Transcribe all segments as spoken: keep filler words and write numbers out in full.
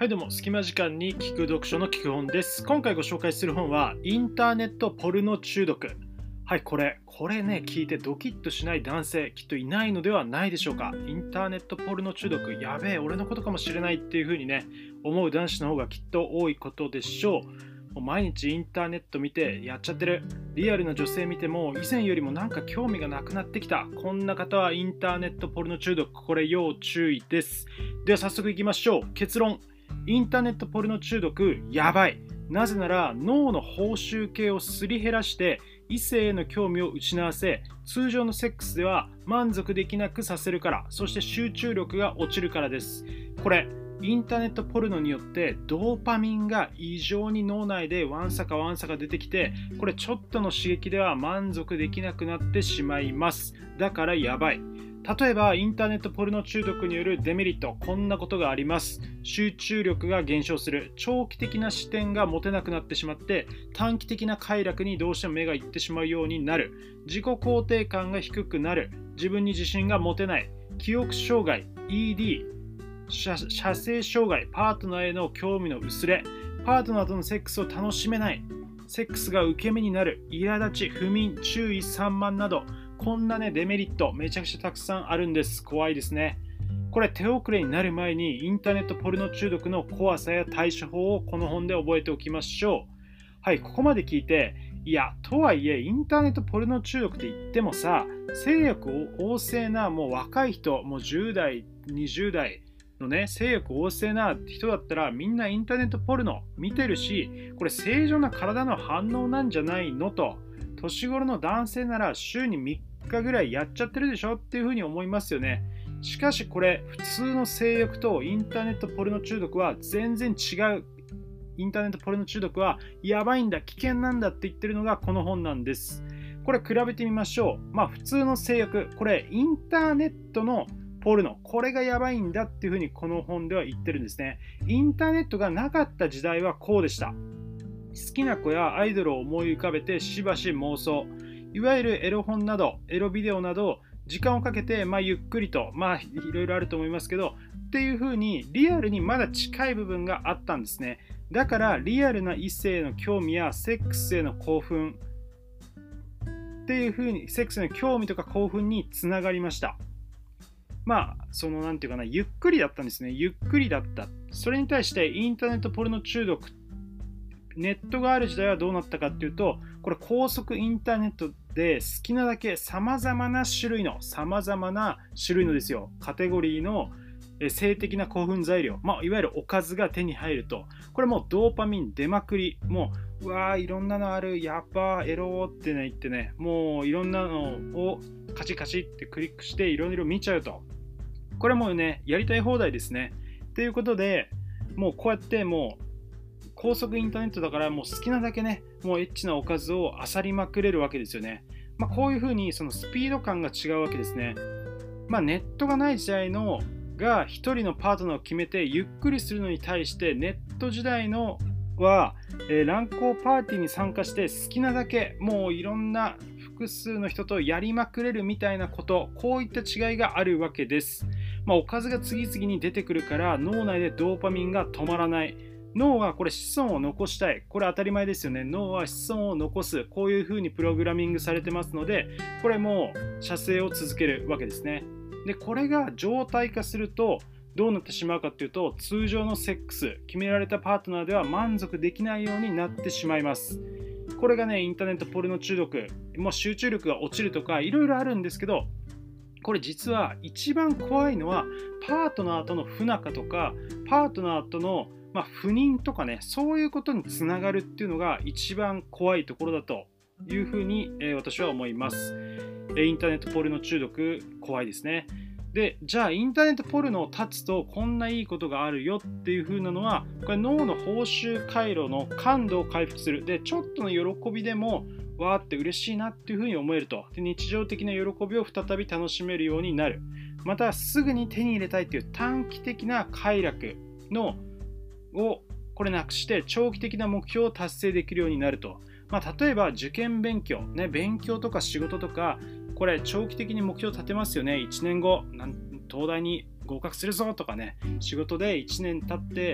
どうも、隙間時間に聞く読書の聞く本です。今回ご紹介する本は、インターネットポルノ中毒。はい、これ、これね、聞いてドキッとしない男性、きっといないのではないでしょうか。インターネットポルノ中毒、やべえ、俺のことかもしれないっていう風にね、思う男子の方がきっと多いことでしょう。もう毎日インターネット見てやっちゃってる。リアルな女性見ても以前よりもなんか興味がなくなってきた。こんな方はインターネットポルノ中毒、これ要注意です。では早速いきましょう。結論。インターネットポルノ中毒、やばい。なぜなら脳の報酬系をすり減らして異性への興味を失わせ、通常のセックスでは満足できなくさせるから、そして集中力が落ちるからです。これ、インターネットポルノによってドーパミンが異常に脳内でわんさかわんさか出てきて、これちょっとの刺激では満足できなくなってしまいます。だからやばい。例えばインターネットポルノ中毒によるデメリット、こんなことがあります。集中力が減少する。長期的な視点が持てなくなってしまって、短期的な快楽にどうしても目がいってしまうようになる。自己肯定感が低くなる。自分に自信が持てない。記憶障害、イーディー、射射精障害、パートナーへの興味の薄れ、パートナーとのセックスを楽しめない、セックスが受け身になる、苛立ち、不眠、注意散漫など、こんなねデメリットめちゃくちゃたくさんあるんです。怖いですね。これ手遅れになる前にインターネットポルノ中毒の怖さや対処法をこの本で覚えておきましょう。はい、ここまで聞いて、いやとはいえインターネットポルノ中毒って言ってもさ、性欲旺盛なもう若い人、もうじゅう代にじゅう代のね、性欲旺盛な人だったらみんなインターネットポルノ見てるし、これ正常な体の反応なんじゃないのと、年頃の男性なら週にみっかぐらいやっちゃってるでしょっていうふうに思いますよね。しかしこれ普通の性欲とインターネットポルノ中毒は全然違う。インターネットポルノ中毒はやばいんだ、危険なんだって言ってるのがこの本なんです。これ比べてみましょう。まあ普通の性欲、これインターネットのポルノ、これがやばいんだっていうふうにこの本では言ってるんですね。インターネットがなかった時代はこうでした。好きな子やアイドルを思い浮かべてしばし妄想、いわゆるエロ本などエロビデオなど時間をかけて、まあ、ゆっくりと、まあいろいろあると思いますけどっていう風にリアルにまだ近い部分があったんですね。だからリアルな異性への興味やセックスへの興奮っていう風にセックスへの興味とか興奮につながりました。まあそのなんていうかな、ゆっくりだったんですね。ゆっくりだった。それに対してインターネットポルノ中毒、ネットがある時代はどうなったかっていうと、これ高速インターネットで好きなだけさまざまな種類のさまざまな種類のですよ、カテゴリーの性的な興奮材料、まあ、いわゆるおかずが手に入ると、これもうドーパミン出まくり、もううわーいろんなのある、やっぱエローってね言ってね、もういろんなのをカチカチってクリックしていろいろ見ちゃうと、これもうねやりたい放題ですね。ということで、もうこうやってもう高速インターネットだからもう好きなだけね、もうエッチなおかずを漁りまくれるわけですよね。まあ、こういうふうにそのスピード感が違うわけですね。まあ、ネットがない時代のが一人のパートナーを決めてゆっくりするのに対して、ネット時代のは、えー、乱交パーティーに参加して好きなだけもういろんな複数の人とやりまくれるみたいなこと、こういった違いがあるわけです。まあ、おかずが次々に出てくるから脳内でドーパミンが止まらない。脳はこれ子孫を残したい。これ当たり前ですよね。脳は子孫を残す。こういう風にプログラミングされてますので、これも射精を続けるわけですね。で、これが常態化するとどうなってしまうかっていうと、通常のセックス、決められたパートナーでは満足できないようになってしまいます。これがね、インターネットポルノ中毒、もう集中力が落ちるとかいろいろあるんですけど、これ実は一番怖いのはパートナーとの不仲とか、パートナーとのまあ、不妊とかね、そういうことにつながるっていうのが一番怖いところだというふうに、えー、私は思います。えー、インターネットポルノ中毒、怖いですね。で、じゃあインターネットポルノを断つとこんないいことがあるよっていうふうなのは、これ脳の報酬回路の感度を回復する。で、ちょっとの喜びでもわーって嬉しいなっていうふうに思えると。で、日常的な喜びを再び楽しめるようになる。またすぐに手に入れたいっていう短期的な快楽のをこれなくして長期的な目標を達成できるようになると。まあ、例えば受験勉強、ね、勉強とか仕事とか、これ長期的に目標を立てますよね。いちねんご、東大に合格するぞとかね、仕事でいちねん経って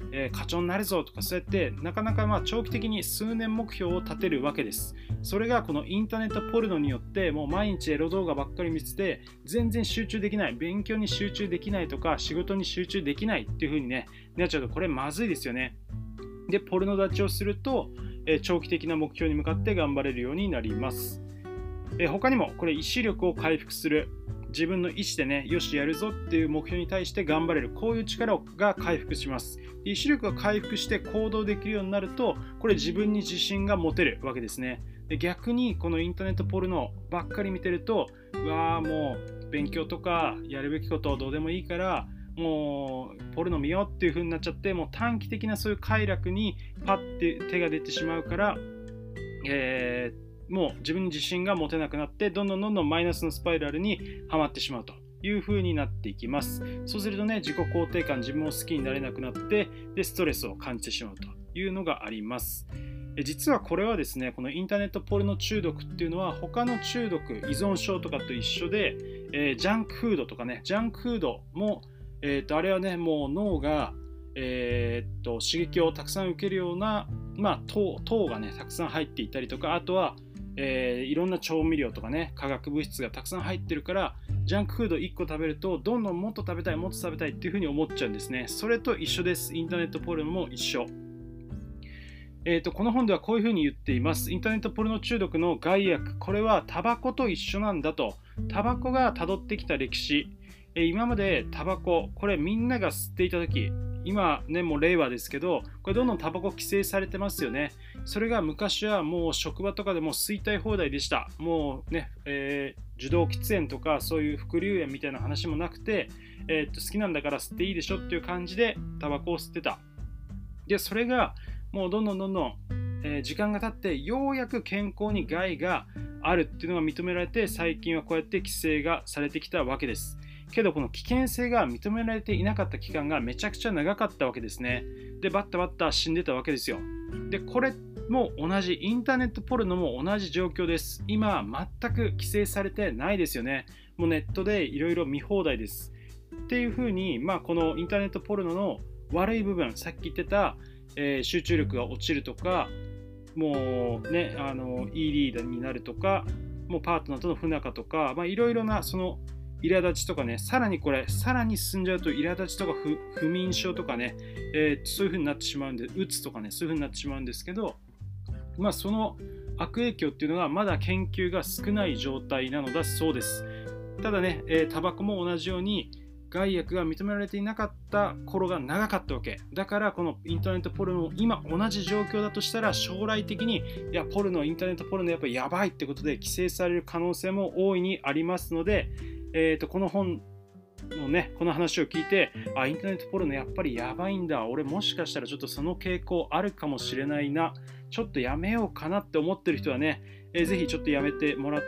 えー、課長になるぞとか、そうやってなかなかまあ長期的に数年目標を立てるわけです。それがこのインターネットポルノによってもう毎日エロ動画ばっかり見てて全然集中できない、勉強に集中できないとか仕事に集中できないっていう風に、ね、なっちゃうとこれまずいですよね。でポルノ立ちをすると、えー、長期的な目標に向かって頑張れるようになります。えー、他にもこれ意志力を回復する、自分の意思でね、よしやるぞっていう目標に対して頑張れる、こういう力が回復します。意志力が回復して行動できるようになると、これ自分に自信が持てるわけですね。で逆にこのインターネットポルノばっかり見てると、うわーもう勉強とかやるべきことどうでもいいからもうポルノ見ようっていう風になっちゃって、もう短期的なそういう快楽にパッて手が出てしまうから、えーもう自分に自信が持てなくなって、どんどんどんどんマイナスのスパイラルにはまってしまうという風になっていきます。そうするとね、自己肯定感、自分を好きになれなくなって、でストレスを感じてしまうというのがあります。実はこれはですね、このインターネットポルノ中毒っていうのは他の中毒、依存症とかと一緒で、えー、ジャンクフードとかね、ジャンクフードも、えー、とあれはね、もう脳が、えー、と刺激をたくさん受けるような、まあ、糖、糖がねたくさん入っていたりとか、あとはえー、いろんな調味料とかね、化学物質がたくさん入ってるから、ジャンクフードいっこ食べるとどんどんもっと食べたいもっと食べたいっていう風に思っちゃうんですね。それと一緒です。インターネットポルノも一緒。えーと、この本ではこういう風に言っています。インターネットポルノ中毒の害悪、これはタバコと一緒なんだと。タバコが辿ってきた歴史、えー、今までタバコ、これみんなが吸っていた時、今ねもう令和ですけど、これどんどんタバコ規制されてますよね。それが昔はもう職場とかでも吸いたい放題でした。もうね、えー、受動喫煙とかそういう副流煙みたいな話もなくて、えー、っと好きなんだから吸っていいでしょっていう感じでタバコを吸ってた。でそれがもうどんどんどんどん、えー、時間が経ってようやく健康に害があるっていうのが認められて、最近はこうやって規制がされてきたわけです。けどこの危険性が認められていなかった期間がめちゃくちゃ長かったわけですね。でバッタバッタ死んでたわけですよ。でこれも同じ、インターネットポルノも同じ状況です。今全く規制されてないですよね。もうネットでいろいろ見放題です。っていうふうに、まあ、このインターネットポルノの悪い部分、さっき言ってた、えー、集中力が落ちるとか、もうね、あの イー リーダーになるとか、もうパートナーとの不仲とか、いろいろなその苛立ちとかね、さらにこれ、さらに進んじゃうと苛立ちとか 不, 不眠症とかね、えー、そういう風になってしまうんで、うつとかね、そういう風になってしまうんですけど、まあその悪影響っていうのがまだ研究が少ない状態なのだそうです。ただね、えー、タバコも同じように害悪が認められていなかった頃が長かったわけだから、このインターネットポルノ今同じ状況だとしたら、将来的にいやポルノインターネットポルノやっぱりやばいってことで規制される可能性も大いにありますので、えー、とこの本のね、この話を聞いて、あ、インターネットポルノやっぱりやばいんだ、俺もしかしたらちょっとその傾向あるかもしれないな、ちょっとやめようかなって思ってる人はね、えー、ぜひちょっとやめてもらって、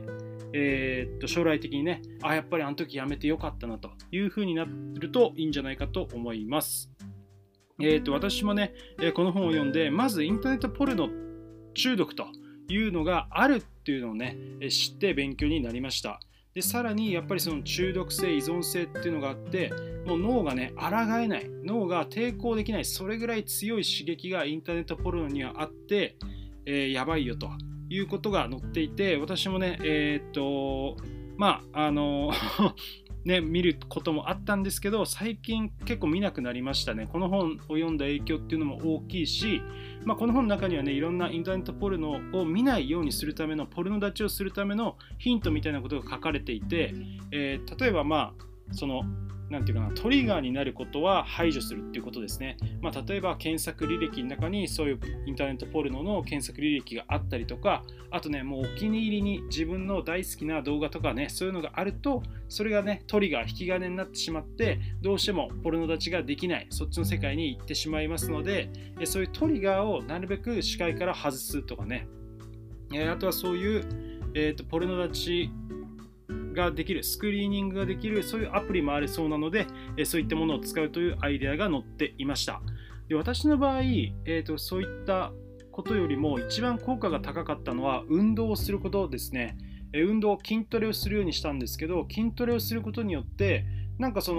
えー、っと将来的にね、あ、やっぱりあの時やめてよかったなという風になるといいんじゃないかと思います。えー、っと私もね、この本を読んで、まずインターネットポルノ中毒というのがあるっていうのをね、知って勉強になりました。でさらにやっぱりその中毒性依存性っていうのがあって、もう脳がね抗えない、脳が抵抗できない、それぐらい強い刺激がインターネットポルノにはあって、えー、やばいよということが載っていて、私もねえー、っとまああのね見ることもあったんですけど、最近結構見なくなりましたね。この本を読んだ影響っていうのも大きいし、まあ、この本の中にはね、いろんなインターネットポルノを見ないようにするための、ポルノ立ちをするためのヒントみたいなことが書かれていて、えー、例えばまあそのなんていうかな、トリガーになることは排除するっていうことですね。まあ、例えば検索履歴の中にそういうインターネットポルノの検索履歴があったりとか、あとね、もうお気に入りに自分の大好きな動画とかね、そういうのがあると、それがねトリガー、引き金になってしまって、どうしてもポルノ立ちができない、そっちの世界に行ってしまいますので、そういうトリガーをなるべく視界から外すとかね、あとはそういう、えーと、ポルノ立ちができる、スクリーニングができる、そういうアプリもあるそうなので、えそういったものを使うというアイデアが載っていました。で私の場合、えーと、そういったことよりも一番効果が高かったのは運動をすることですね。え運動、筋トレをするようにしたんですけど、筋トレをすることによってなんかその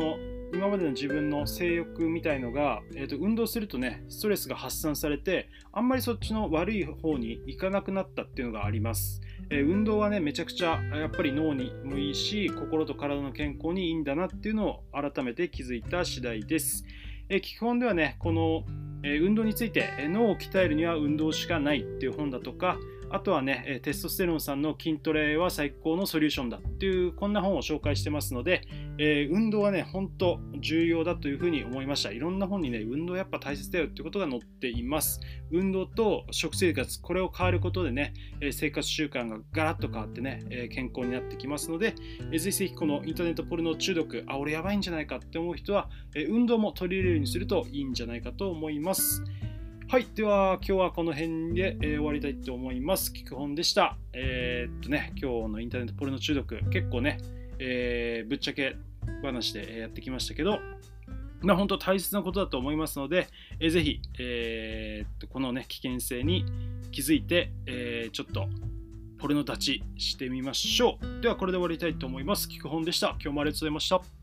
今までの自分の性欲みたいのが、えーと、運動するとねストレスが発散されて、あんまりそっちの悪い方に行かなくなったっていうのがあります。えー、運動はねめちゃくちゃやっぱり脳にもいいし、心と体の健康にいいんだなっていうのを改めて気づいた次第です。えー、基本ではねこの、えー、運動について、えー、脳を鍛えるには運動しかないっていう本だとか、あとはねテストステロンさんの筋トレは最高のソリューションだっていうこんな本を紹介してますので、えー、運動はね本当重要だというふうに思いました。いろんな本にね運動やっぱ大切だよっていうことが載っています。運動と食生活、これを変わることでね生活習慣がガラッと変わってね健康になってきますので、ぜひぜひこのインターネットポルノ中毒、あ俺やばいんじゃないかって思う人は運動も取り入れるようにするといいんじゃないかと思います。はい、では今日はこの辺で、えー、終わりたいと思います。聞く本でした。えー、っとね、今日のインターネットポルノ中毒、結構ね、えー、ぶっちゃけ話でやってきましたけど、まあ、本当大切なことだと思いますので、えー、ぜひ、えー、っとこのね、危険性に気づいて、えー、ちょっとポルノ立ちしてみましょう。ではこれで終わりたいと思います。聞く本でした。今日もありがとうございました。